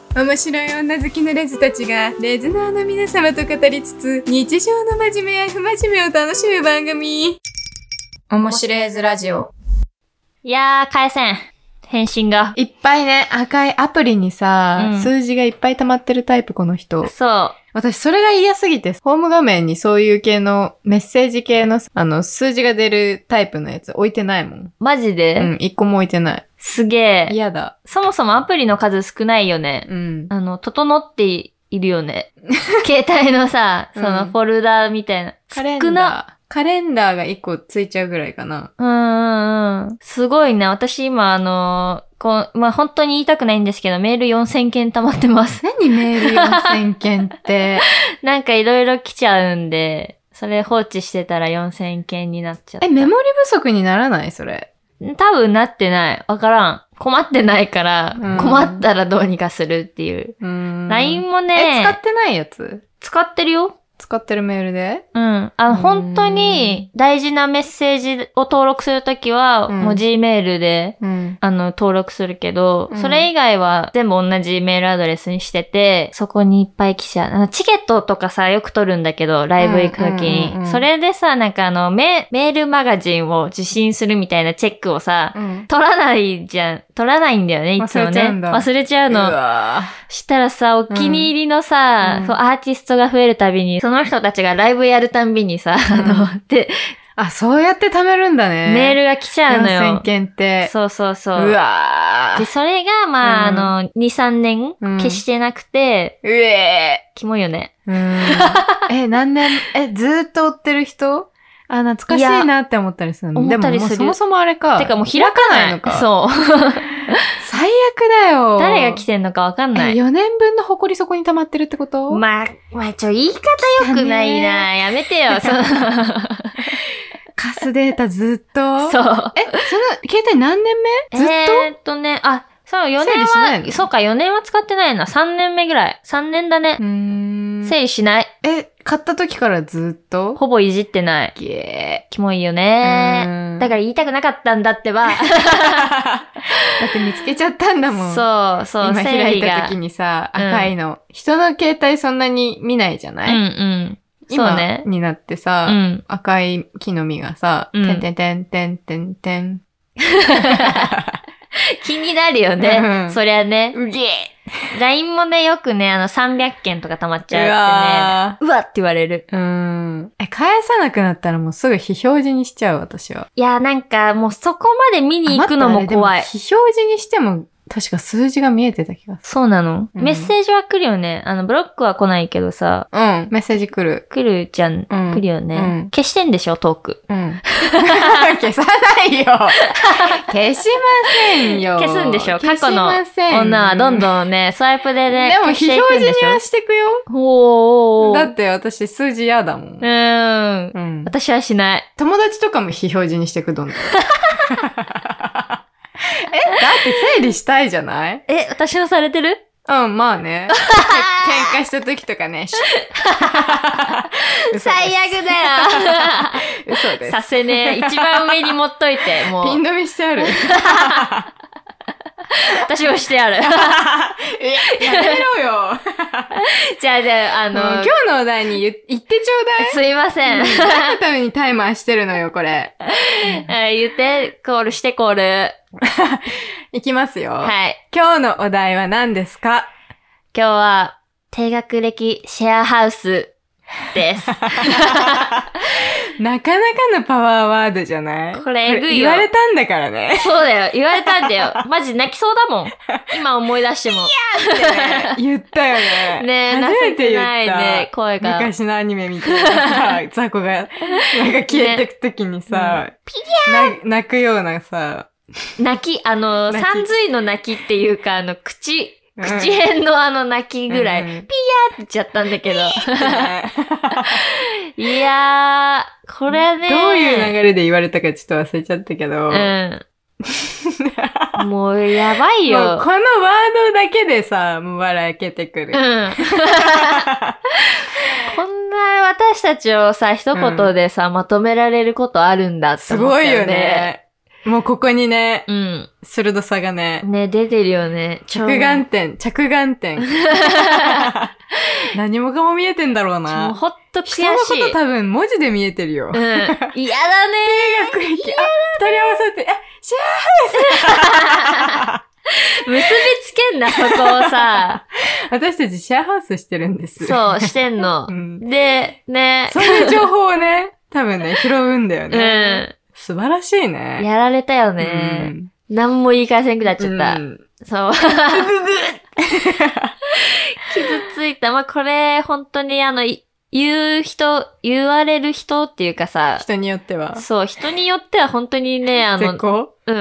面白い女好きのレズたちがレズナーの皆様と語りつつ日常の真面目や不真面目を楽しむ番組。面白いズラジオ。 いやー、返せん。返信が。 いっぱいね、赤いアプリにさ、数字がいっぱい溜まってるタイプ、この人。 そう。 私、それが嫌すぎて、ホーム画面にそういう系の、メッセージ系の、数字が出るタイプのやつ置いてないもん。 マジで？ うん、一個も置いてない。 すげえ。 嫌だ。 そもそもアプリの数少ないよね。 うん。 整っているよね。携帯のさ、そのフォルダみたいな。 カレンダーが一個ついちゃうぐらいかな。 すごいな。私今本当に言いたくないんですけど、メール4000件溜まってます。 何メール4000件って。 なんかいろいろ来ちゃうんで、それ放置してたら4000件になっちゃった。 メモリ不足にならないそれ。 多分なってない。わからん。困ってないから、困ったらどうにかするっていう。LINE もね。 使ってないやつ？ 使ってるよ。 使ってるメールで？ うん。本当に大事なメッセージを登録するときは、もう Gmail で、登録するけど、それ以外は全部同じメールアドレスにしてて、そこにいっぱい来ちゃう。チケットとかさ、よく取るんだけど、ライブ行くときに。それでさ、なんかメールマガジンを受信するみたいなチェックをさ、取らないじゃん。取らないんだよね、いつもね。忘れちゃうの。したらさ、お気に入りのさ、アーティストが増えるたびに、その人たちがライブやるたんびにさ、 そうやって貯めるんだね。 メールが来ちゃうのよ。 4000件って。 そうそうそう。 うわー。 で、それが、2、3年消してなくて、キモいよね。 何年、ずーっと追ってる人？懐かしいなって思ったりするの。 思ったりする。 でももうそもそもあれか。 てかもう開かないのか。そう。 最悪だよ。 誰が来てんのかわかんない。 4年分の埃そこに溜まってるってこと？ 言い方良くないな。やめてよ。 カスデータずっと。 そう。 その携帯何年目？ずっと？ そう、4年は、そうか、4年は使ってないな。3年目ぐらい。3年だね。整理しない。 買った時からずっと？ ほぼいじってない。キモいよね。だから言いたくなかったんだってば。だって見つけちゃったんだもん。 そう、 今開いた時にさ、赤いの。人の携帯そんなに見ないじゃない？そうね。今になってさ、赤い木の実がさ、てんてんてんてんてんてん。 気になるよね。そりゃね。LINE もね、よくね、300件とか溜まっちゃうってね。うわって言われる。 返さなくなったらもうすぐ非表示にしちゃう、私は。 いや、なんかもうそこまで見に行くのも怖い。 非表示にしても、確か数字が見えてた気がする。 そうなの？メッセージは来るよね。ブロックは来ないけどさ。 メッセージ来る。 来るじゃん。来るよね。消してんでしょ、トーク。 消さないよ。消しませんよ。 消すんでしょ、過去の女はどんどんね、スワイプでね、 でも非表示にはしてくよ。だって私数字嫌だもん。 私はしない。 友達とかも非表示にしてくどんどん。だって整理したいじゃない？ 私はされてる？ まあね。喧嘩した時とかね。 最悪だよ。 嘘です。 させねえ。一番上に持っといて、もう。 ピン止めしてある。 私もしてある。 やめろよ。 じゃあ、 今日のお題に言ってちょうだい。 すいません。 何のためにタイマーしてるのよ、これ。 言って、コールしてコール。 いきますよ。 はい。 今日のお題は何ですか？ 今日は、低学歴シェアハウスです。 なかなかのパワーワードじゃない？ これえぐいよ。 言われたんだからね。 そうだよ。言われたんだよ。マジ泣きそうだもん。今思い出しても。いやーって言ったよね。 ねえ、 初めて言った。 ないね、声が。 昔のアニメみたいなさ、雑魚が、なんか消えてくときにさ、 ピギャー泣くようなさ、 さんずいの泣きっていうか、口辺の泣きぐらい、ピヤーって言っちゃったんだけど。いやー、これね。 どういう流れで言われたかちょっと忘れちゃったけど。 もうやばいよ。 もうこのワードだけでさ、もう笑けてくる。 こんな私たちをさ、一言でさ、まとめられることあるんだって思ったよね。 すごいよね。 もうここにね、 うん。 鋭さがね。 ね、出てるよね。 着眼点。何もかも見えてんだろうな。 もうほんと悔しい。 人のこと多分文字で見えてるよ。 うん。嫌だね。 学歴。あ、二人合わせて、シェアハウス結びつけんな、そこをさ。 私たちシェアハウスしてるんです。 そう、してんの。で、ね。 そういう情報をね、多分ね、拾うんだよね。素晴らしいね。 やられたよね。何も言い返せんくなっちゃった。そう。傷ついた。まあ、これ、本当に言われる人っていうかさ。 人によっては。 そう、人によっては本当にね、 絶好？うん。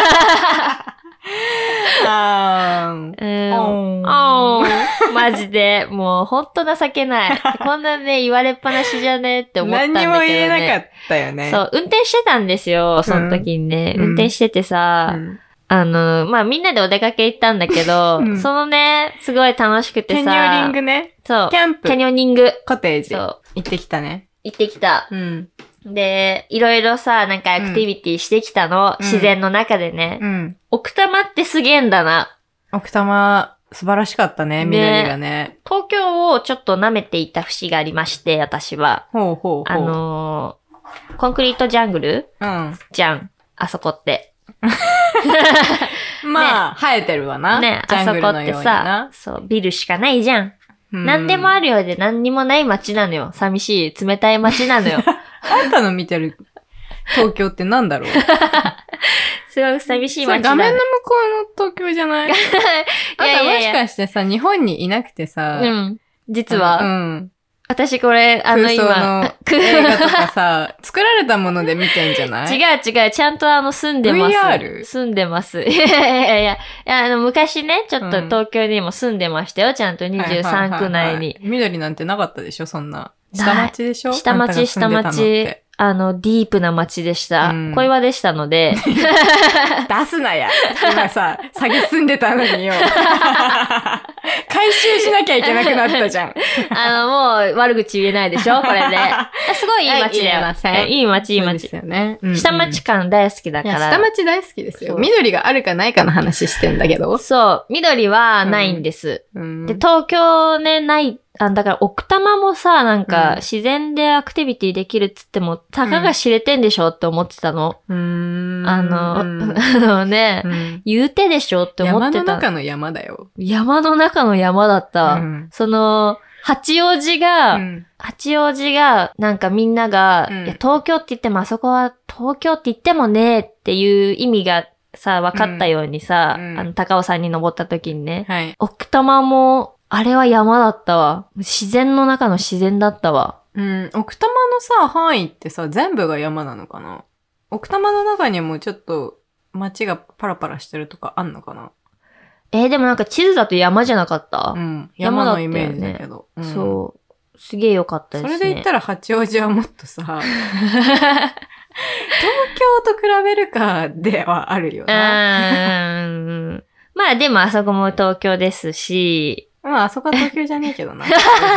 マジで、もうほんと情けない。こんなね、言われっぱなしじゃねって思ったんだけどね。 何にも言えなかったよね。 そう、運転してたんですよ、その時にね。運転しててさ、まあ、みんなでお出かけ行ったんだけど、そのね、すごい楽しくてさ。 キャニオニングね。 そう。 キャンプ。 キャニオニング。 コテージ。そう。行ってきたね。 行ってきた。で、いろいろさ、なんかアクティビティしてきたの。自然の中でね。奥多摩ってすげえんだな。 奥多摩、素晴らしかったね、緑がね。 東京をちょっと舐めていた節がありまして、私は。 ほう。コンクリートジャングルじゃん。あそこって。 まあ、生えてるわな。 ね、あそこってさ、そう、ビルしかないじゃん。何でもあるようで何にもない街なのよ。寂しい、冷たい街なのよ。 あんたの見てる東京ってなんだろうすごく寂しい街だ。 画面の向こうの東京じゃない？あんたもしかしてさ、日本にいなくてさ、 実は、私これ、 今、空想の映画とかさ、作られたもので見てんじゃない？ 違う、ちゃんと住んでます。 VR？ 住んでます。いや、昔ね、ちょっと東京にも住んでましたよ、ちゃんと23区内に。 緑なんてなかったでしょ、そんな。下町でしょ？ 下町。ディープな街でした。小岩でしたので。 出すなや。今さ、下げ住んでたのによ。回収しなきゃいけなくなったじゃん。 もう悪口言えないでしょこれで。すごいいい街だよ。いい街。 ですよね。 下町感大好きだから。 下町大好きですよ。緑があるかないかの話してんだけど。 そう。緑はないんです。で、東京ね、ない。だから奥多摩もさ、なんか自然でアクティビティできるっつっても、たかが知れてんでしょって思ってたの。ね、言うてでしょって思ってた。 山の中の山だよ。 山の中の山だった。八王子が、なんかみんなが、いや東京って言ってもあそこは東京って言ってもねっていう意味がさ、分かったようにさ、高尾山に登った時にね、奥多摩も、あれは山だったわ。自然の中の自然だったわ。 奥多摩のさ、範囲ってさ、全部が山なのかな？奥多摩の中にもちょっと街がパラパラしてるとかあんのかな？ でもなんか地図だと山じゃなかった？ 山のイメージだけど。 そう。すげえ良かったですね。 それで言ったら八王子はもっとさ、東京と比べるかではあるよな。 まあでもあそこも東京ですし、 あそこは東京じゃねえけどな。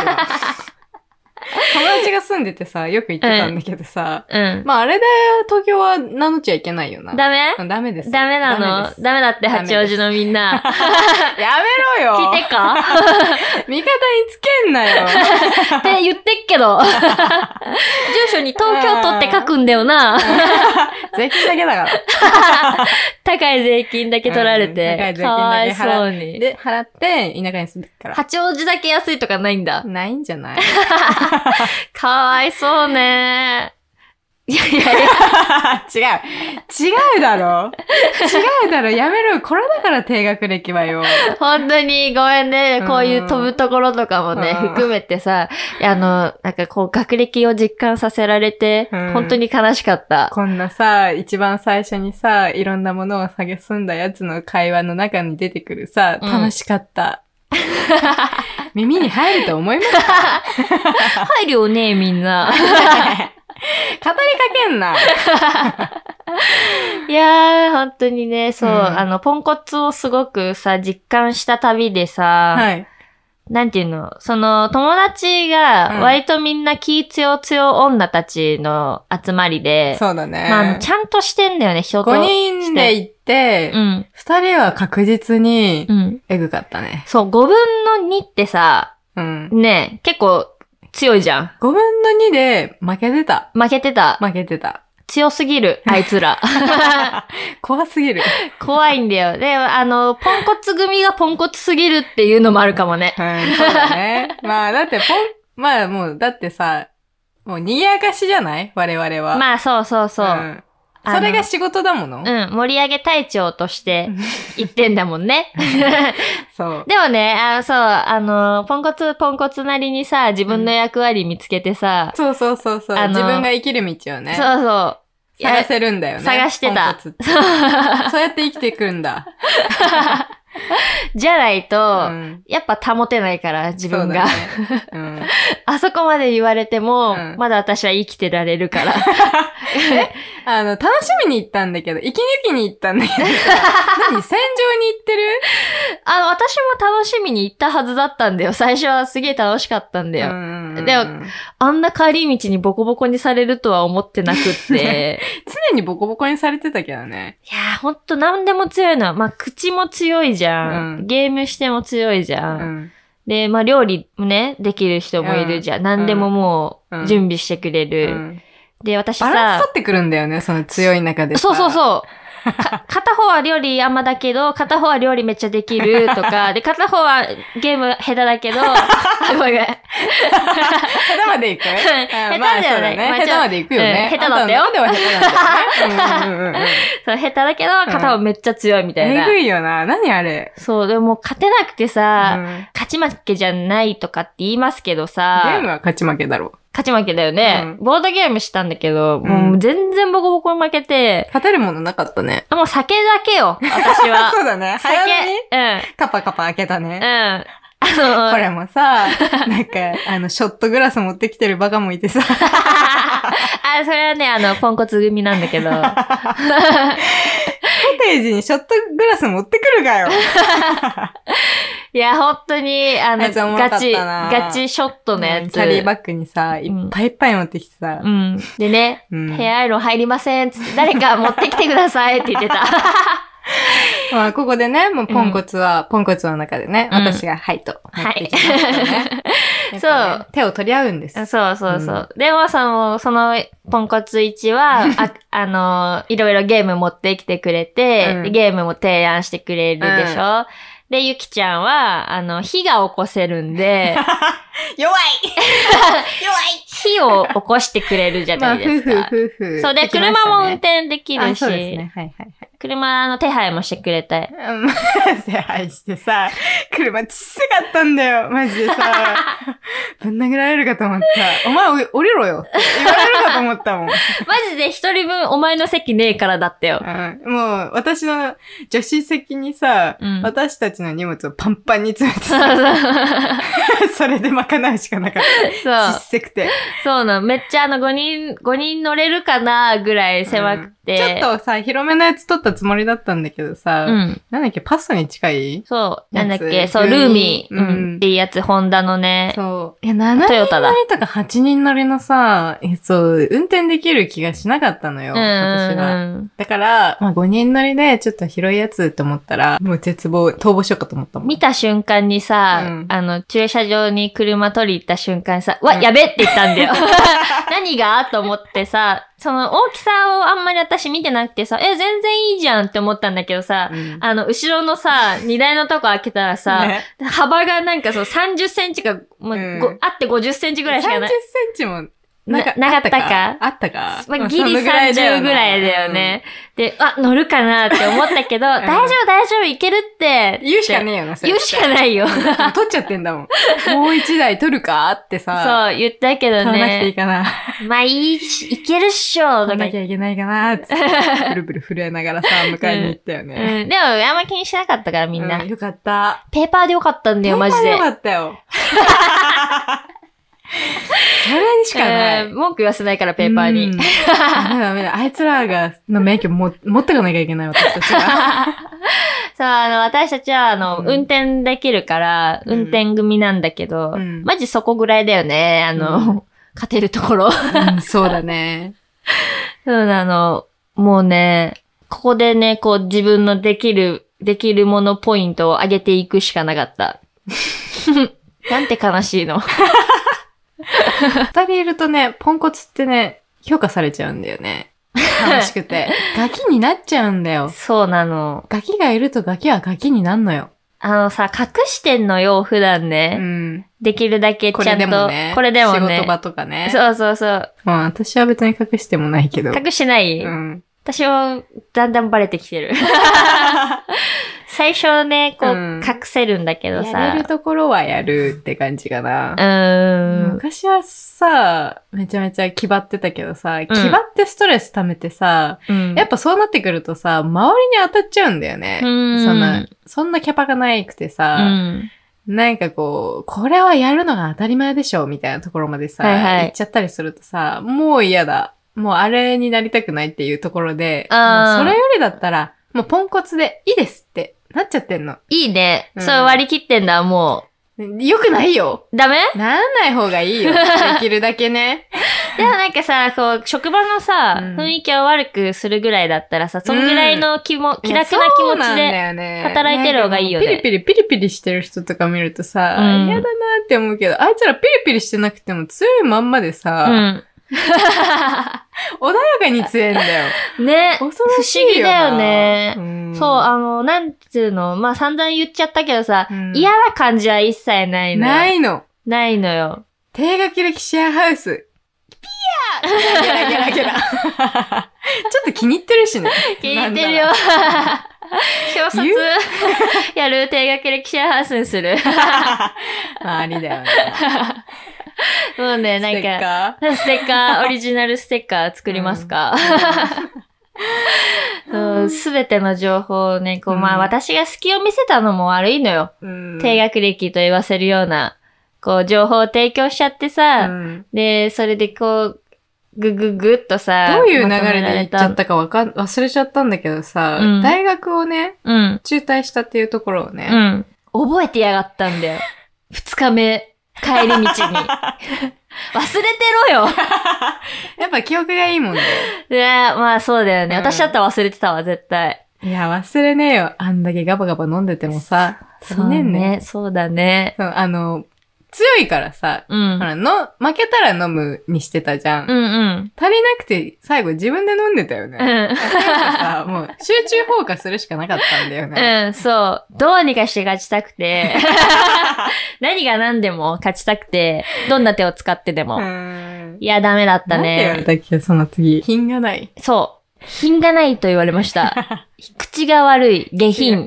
友達が住んでてさ、よく行ってたんだけどさ、まああれで東京は名乗っちゃいけないよな。 ダメ？ ダメです。 ダメなの？ダメだって八王子のみんな。 やめろよ。 聞いてっか？ 味方につけんなよ。 って言ってっけど。住所に東京都って書くんだよな。 税金だけだから。 高い税金だけ取られて。 高い税金だけ払って、田舎に住んでるから。 八王子だけ安いとかないんだ。 ないんじゃない？ かわいそうね。いや。違うだろ。やめろ。これだから低学歴はよ。 本当にごめんね。こういう飛ぶところとかもね、含めてさ、なんかこう学歴を実感させられて、本当に悲しかった。 こんなさ、一番最初にさ、いろんなものを蔑んだやつの会話の中に出てくるさ、楽しかった。耳に入ると思いますか？ 入るよね、みんな。 語りかけんな。 いやー、本当にね、そう、ポンコツをすごくさ、実感した旅でさ、 なんていうの、その友達が割とみんな気強女たちの集まりで、 そうだね。 まあ、ちゃんとしてんだよね、人として。 5人で行って、2人は確実に、エグかったね。 そう、5分の2ってさ、ね、結構強いじゃん。 5分の2で負けてた。 負けてた。強すぎる、あいつら。 怖すぎる。 怖いんだよ。で、ポンコツ組がポンコツすぎるっていうのもあるかもね。 そうだね。まあ、だってまあもう、だってさ、もう賑やかしじゃない我々は。 まあ、そう。 それが仕事だもの。 盛り上げ隊長として言ってんだもんね。 そう。 でもね、ポンコツなりにさ、自分の役割見つけてさ。 そう。自分が生きる道をね。 そう。 探せるんだよね。 探してた。 そうやって生きていくんだ。 じゃないと、やっぱ保てないから、自分が。あそこまで言われても、まだ私は生きてられるから。 楽しみに行ったんだけど、息抜きに行ったんだけどさ、何戦場に行ってる？ 私も楽しみに行ったはずだったんだよ。最初はすげえ楽しかったんだよ。でも、あんな帰り道にボコボコにされるとは思ってなくって。 常にボコボコにされてたけどね。 いやー、ほんと何でも強いのは、まあ、口も強いじゃん。ゲームしても強いじゃん。で、まあ、料理もね、できる人もいるじゃん。何でももう、準備してくれる。で、私さ、 バランス取ってくるんだよね、その強い中でさ。 そう。片方は料理あんまだけど、片方は料理めっちゃできるとか、で、片方はゲーム下手だけど、ごめん。下手まで行く？ 下手だよね。 下手まで行くよね。 下手だったよ。 では下手なんだよね。 そう、下手だけど、片方めっちゃ強いみたいな。 えぐいよな。何あれ。 そう、でも勝てなくてさ、勝ち負けじゃないとかって言いますけどさ。 ゲームは勝ち負けだろ。 勝ち負けだよね。ボードゲームしたんだけど、もう全然ボコボコ負けて。 勝てるものなかったね。 もう酒だけよ、私は。 そうだね。 酒。 カパカパ開けたね。 これもさ、なんか、ショットグラス持ってきてるバカもいてさ。 それはね、ポンコツ組なんだけど。コテージにショットグラス持ってくるかよ。 いや、ほんとに、ガチショットのやつ。 キャリーバッグにさ、いっぱいいっぱい持ってきてさ。 でね、ヘアアイロン入りませんつって、誰か持ってきてくださいって言ってた。 まあ、ここでね、もうポンコツの中でね、私がはいと持ってきましたね。そう。手を取り合うんです。 そう。でもそのポンコツ1は、いろいろゲーム持ってきてくれて、ゲームも提案してくれるでしょ。で、ゆきちゃんは、火が起こせるんで、 弱い火を起こしてくれるじゃないですか。そうで、車も運転できるし、 そうですね。はい。 車の手配もしてくれたい。 手配してさ、車ちっさかったんだよ。マジでさ。ぶん殴られるかと思った。お前降りろよって言われるかと思ったもん。マジで一人分お前の席ねえからだったよ。 もう私の助手席にさ、私たちの荷物をパンパンに詰めてさ、それで賄うしかなかった。ちっせくて。 そうなの。めっちゃ5人乗れるかなぐらい狭くて。 ちょっとさ、広めのやつ取ったつもりだったんだけどさ、なんだっけ、パスタに近い？ そう。なんだっけ、そう、ルーミー、っていうやつ、ホンダのね。 そう。いや、7人乗りとか8人乗りのさ、そう、運転できる気がしなかったのよ、私は。だから、まあ5人乗りでちょっと広いやつって思ったら、もう逃亡しようかと思ったもん。 見た瞬間にさ、駐車場に車取り行った瞬間にさ、やべって言ったんだよ。何がと思ってさ、その大きさをあんまり私見てなくてさ、全然いいじゃんって思ったんだけどさ、後ろのさ、荷台のとこ開けたらさ、幅がなんかそう30センチか、あって50センチぐらいしかない。 30センチもなかったかあったか、 まあ、ギリ30ぐらいだよね。で、乗るかなって思ったけど、大丈夫、いけるって。 言うしかねえよな、 言うしかないよ。 取っちゃってんだもん。もう一台取るかってさ。 そう、言ったけどね。 取らなくていいかな。 まあいけるっしょ。 取らなきゃいけないかなって。ブルブル震えながらさ、迎えに行ったよね。 でも、あんま気にしなかったからみんな。 よかった。 ペーパーでよかったんだよ、マジで。 よかったよ。それにしかない。 文句言わせないから、ペーパーに。 ダメだ。あいつらの免許持ってかなきゃいけない、私たちが。 そう、私たちは、運転できるから、運転組なんだけど、マジそこぐらいだよね。勝てるところ。 そうだね。 そうなの。もうね、ここでね、こう自分のできるものポイントを上げていくしかなかった。なんて悲しいの。 二人いるとね、ポンコツってね、評価されちゃうんだよね。楽しくて。ガキになっちゃうんだよ。 そうなの。 ガキがいるとガキはガキになんのよ。 隠してんのよ、普段ね。できるだけちゃんと。これでもね。 仕事場とかね。 そうそうそう。 まあ私は別に隠してもないけど。 隠してない？私もだんだんバレてきてる。最初ね、こう、隠せるんだけどさ。 やれるところはやるって感じかな。昔はさ、めちゃめちゃ気張ってたけどさ、気張ってストレス溜めてさ、やっぱそうなってくるとさ、周りに当たっちゃうんだよね。そんなキャパがないくてさ、なんかこう、これはやるのが当たり前でしょ、みたいなところまでさ、行っちゃったりするとさ、もう嫌だ。もうあれになりたくないっていうところで、もうそれよりだったら、もうポンコツでいいですってなっちゃってんの。 いいね。それ割り切ってんだ、もう。よくないよ。 ダメ？ なんない方がいいよ。できるだけね。 でもなんかさ、こう、職場のさ、雰囲気を悪くするぐらいだったらさ、そんぐらいの気楽な気持ちで働いてる方がいいよね。 ピリピリしてる人とか見るとさ、嫌だなって思うけど、あいつらピリピリしてなくても強いまんまでさ、穏やかに強いんだよ。 ね。不思議だよね。そう、なんつうの、まあ、散々言っちゃったけどさ、嫌な感じは一切ないのよ。ないのよ。 低学歴シェアハウス。ピヤーゲラゲラゲラ。ちょっと気に入ってるしね。 気に入ってるよ。表札やる低学歴シェアハウスにする。 ありだよね。 もうね、なんか、ステッカー、オリジナルステッカー作りますか？すべての情報をね、こう、まあ私が隙を見せたのも悪いのよ。低学歴と言わせるような、こう、情報を提供しちゃってさ、で、それでこう、ぐっとさ、 どういう流れで行っちゃったか忘れちゃったんだけどさ、大学をね、中退したっていうところをね、 覚えてやがったんだよ。2日目。帰り道に。忘れてろよ。 やっぱ記憶がいいもんね。 まあそうだよね。私だったら忘れてたわ、絶対。 いや、忘れねえよ。あんだけガバガバ飲んでてもさ。 そうね。そうだね。 強いからさ、負けたら飲むにしてたじゃん。足りなくて最後自分で飲んでたよね。さもう集中放火するしかなかったんだよね。 そう。どうにかして勝ちたくて、何が何でも勝ちたくて、どんな手を使ってでも。いや、ダメだったね。 なんて言われたっけ、その次。品がない。 そう。品がないと言われました。口が悪い、下品。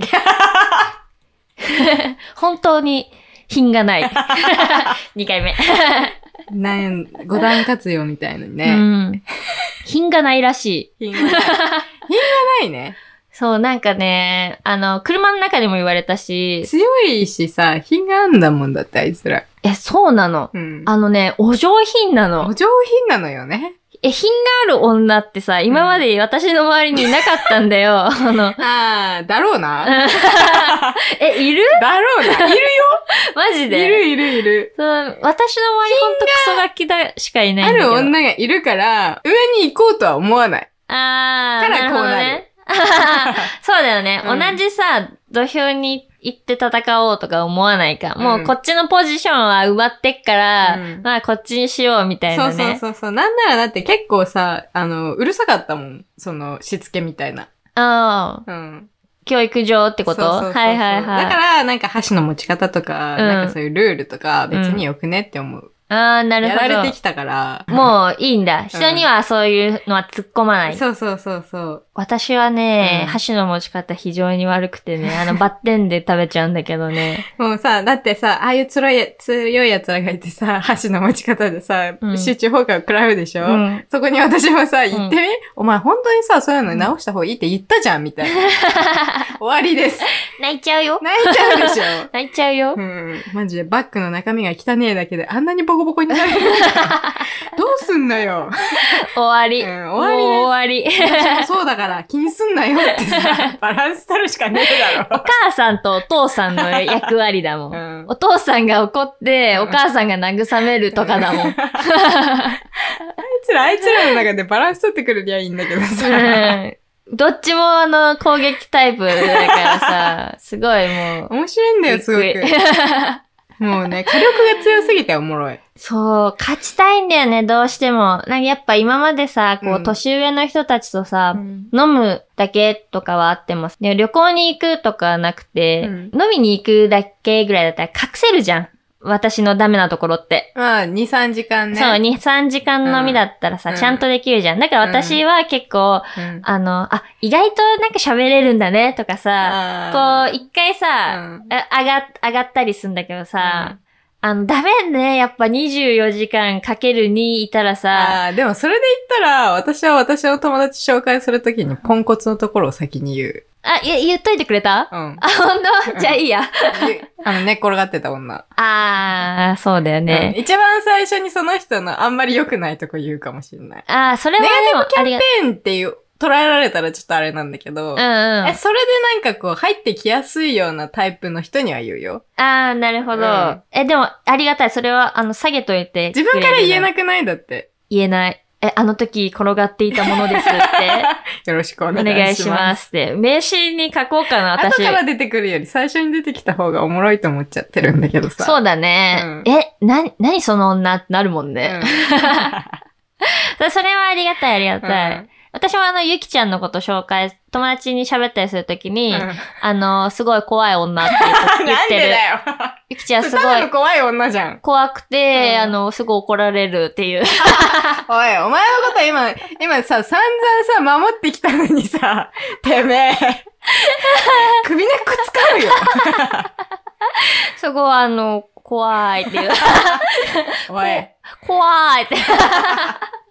本当に、品がない。2回目。 5段活用みたいのにね。 品がないらしい。品がないね。 そう、なんかね、車の中でも言われたし。 強いしさ、品があんだもんだって、あいつら。 そうなの。お上品なの。 お上品なのよね。 品がある女ってさ、今まで私の周りにいなかったんだよ。 だろうな。 いる？ だろうな。いるよ。 マジで？ いる。 私の周りほんとクソガキだしかいないんだけど。 ある女がいるから、上に行こうとは思わない。 からこうなる。そうだよね。同じさ、土俵に行って戦おうとか思わないか。もうこっちのポジションは埋まってっから、まあこっちにしようみたいなね。 そう。なんならだって結構さ、うるさかったもん。その、しつけみたいな。教育上ってこと？はい。だから、なんか箸の持ち方とか、なんかそういうルールとか別によくねって思う。 なるほど。 やられてきたから。 もういいんだ。人にはそういうのは突っ込まない。 そう。 私はね、箸の持ち方非常に悪くてね、バッテンで食べちゃうんだけどね。 もうさ、だってさ、ああいう強い奴らがいてさ、箸の持ち方でさ、集中放火を食らうでしょ、そこに私もさ、言ってみ、お前本当にさ、そういうの直した方がいいって言ったじゃんみたいな。終わりです。 泣いちゃうよ。 泣いちゃうでしょ。 泣いちゃうよ。 マジでバッグの中身が汚ねえだけであんなにボコボコになる。どうすんのよ。 終わり。終わり。 そうだから気にすんなよってさ、バランス取るしかねえだろ。 お母さんとお父さんの役割だもん。お父さんが怒って、お母さんが慰めるとかだもん。 あいつらの中でバランス取ってくれりゃいいんだけどさ。 どっちも攻撃タイプだからさ、すごいもう。 面白いんだよ、すごく。もうね、火力が強すぎておもろい。 そう、勝ちたいんだよね、どうしても。なんかやっぱ今までさ、年上の人たちとさ、飲むだけとかはあっても、旅行に行くとかなくて、飲みに行くだけぐらいだったら隠せるじゃん。私のダメなところって。 まあ、2、3時間ね。 そう、2、3時間飲みだったらさ、ちゃんとできるじゃん。だから私は結構、意外となんか喋れるんだね、とかさ、一回さ、上がったりすんだけどさ、ダメね、やっぱ24時間かける2いたらさ。 でもそれで言ったら、私は私の友達紹介するときにポンコツのところを先に言う。 言っといてくれた？ ほんと？じゃあいいや。 寝っ転がってた女。 そうだよね。 一番最初にその人のあんまり良くないとこ言うかもしれない。 それはでもネガティブキャンペーンっていう、捉えられたらちょっとあれなんだけど、それでなんかこう入ってきやすいようなタイプの人には言うよ。 なるほど。でもありがたい。それは下げといて。 自分から言えなくないだって。 言えない。あの時転がっていたものですって。 よろしくお願いしますって。名刺に書こうかな、私。 後から出てくるより最初に出てきた方がおもろいと思っちゃってるんだけどさ。 そうだね。何その女ってなるもんね。それはありがたい、ありがたい。私もゆきちゃんのこと紹介、友達に喋ったりするときに、すごい怖い女って言ってる。 なんでだよ。 ゆきちゃんすごい。 怖い女じゃん。 怖くて、すごい怒られるっていう。 おい、お前のこと今さ、散々さ、守ってきたのにさ、てめえ。首根っこ使うよ。 すごい怖いっていう。 おい。 怖いって。